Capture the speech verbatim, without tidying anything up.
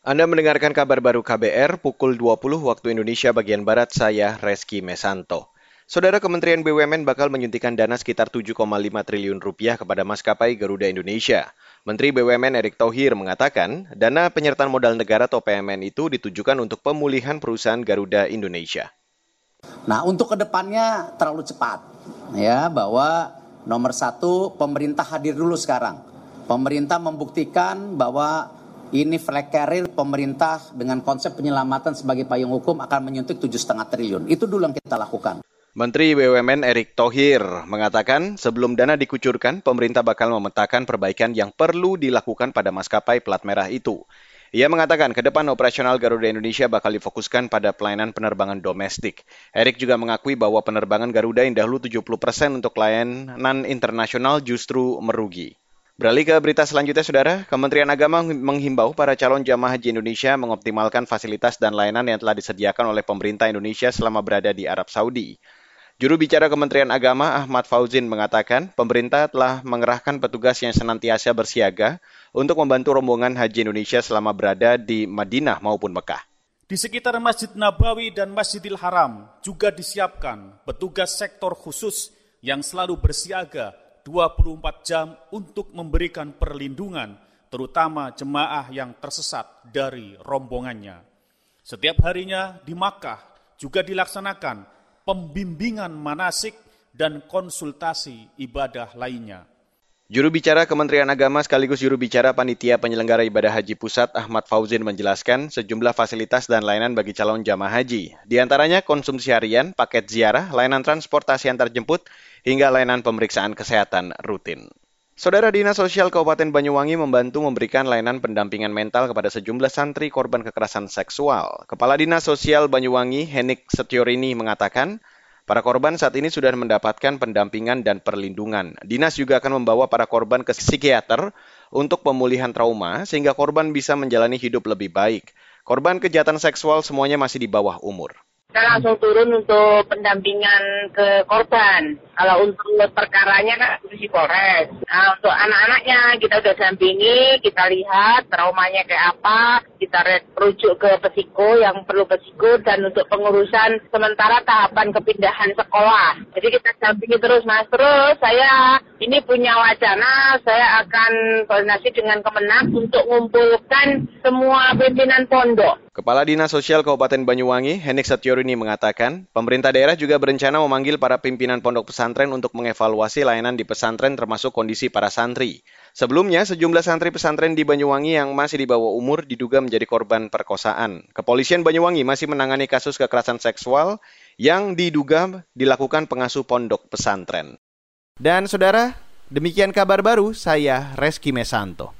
Anda mendengarkan kabar baru K B R pukul dua puluh waktu Indonesia bagian Barat, saya Reski Mesanto. Saudara, Kementerian B U M N bakal menyuntikkan dana sekitar tujuh koma lima triliun rupiah kepada maskapai Garuda Indonesia. Menteri B U M N Erick Thohir mengatakan, dana penyertaan modal negara atau P M N itu ditujukan untuk pemulihan perusahaan Garuda Indonesia. Nah, untuk kedepannya terlalu cepat, ya, bahwa nomor satu pemerintah hadir dulu sekarang. Pemerintah membuktikan bahwa ini flag carrier pemerintah dengan konsep penyelamatan sebagai payung hukum akan menyuntik tujuh koma lima triliun. Itu dulu yang kita lakukan. Menteri B U M N Erick Thohir mengatakan sebelum dana dikucurkan, pemerintah bakal memetakan perbaikan yang perlu dilakukan pada maskapai plat merah itu. Ia mengatakan ke depan operasional Garuda Indonesia bakal difokuskan pada pelayanan penerbangan domestik. Erick juga mengakui bahwa penerbangan Garuda yang dahulu tujuh puluh persen untuk layanan internasional justru merugi. Beralih ke berita selanjutnya, Saudara. Kementerian Agama menghimbau para calon jamaah haji Indonesia mengoptimalkan fasilitas dan layanan yang telah disediakan oleh pemerintah Indonesia selama berada di Arab Saudi. Juru bicara Kementerian Agama Ahmad Fauzin mengatakan, pemerintah telah mengerahkan petugas yang senantiasa bersiaga untuk membantu rombongan haji Indonesia selama berada di Madinah maupun Mekah. Di sekitar Masjid Nabawi dan Masjidil Haram juga disiapkan petugas sektor khusus yang selalu bersiaga dua puluh empat jam untuk memberikan perlindungan, terutama jemaah yang tersesat dari rombongannya. Setiap harinya di Makkah juga dilaksanakan pembimbingan manasik dan konsultasi ibadah lainnya. Juru bicara Kementerian Agama sekaligus juru bicara Panitia Penyelenggara Ibadah Haji Pusat Ahmad Fauzin menjelaskan sejumlah fasilitas dan layanan bagi calon jamaah haji. Di antaranya konsumsi harian, paket ziarah, layanan transportasi antar jemput, hingga layanan pemeriksaan kesehatan rutin. Saudara, Dinas Sosial Kabupaten Banyuwangi membantu memberikan layanan pendampingan mental kepada sejumlah santri korban kekerasan seksual. Kepala Dinas Sosial Banyuwangi, Henik Setiorini, mengatakan, para korban saat ini sudah mendapatkan pendampingan dan perlindungan. Dinas juga akan membawa para korban ke psikiater untuk pemulihan trauma sehingga korban bisa menjalani hidup lebih baik. Korban kejahatan seksual semuanya masih di bawah umur. Kita langsung turun untuk pendampingan ke korban. Kalau untuk perkaranya kan di Polres. Nah, untuk anak-anaknya kita udah dampingi, kita lihat traumanya kayak apa, kita rujuk ke psiko yang perlu psiko, dan untuk pengurusan sementara tahapan kepindahan sekolah. Jadi kita dampingi terus, Mas. Terus saya ini punya wacana, saya akan koordinasi dengan Kemenak untuk mengumpulkan semua pimpinan pondok. Kepala Dinas Sosial Kabupaten Banyuwangi, Henik Setiorini, mengatakan, pemerintah daerah juga berencana memanggil para pimpinan pondok pesantren untuk mengevaluasi layanan di pesantren termasuk kondisi para santri. Sebelumnya, sejumlah santri pesantren di Banyuwangi yang masih di bawah umur diduga menjadi korban perkosaan. Kepolisian Banyuwangi masih menangani kasus kekerasan seksual yang diduga dilakukan pengasuh pondok pesantren. Dan saudara, demikian kabar baru, saya Reski Mesanto.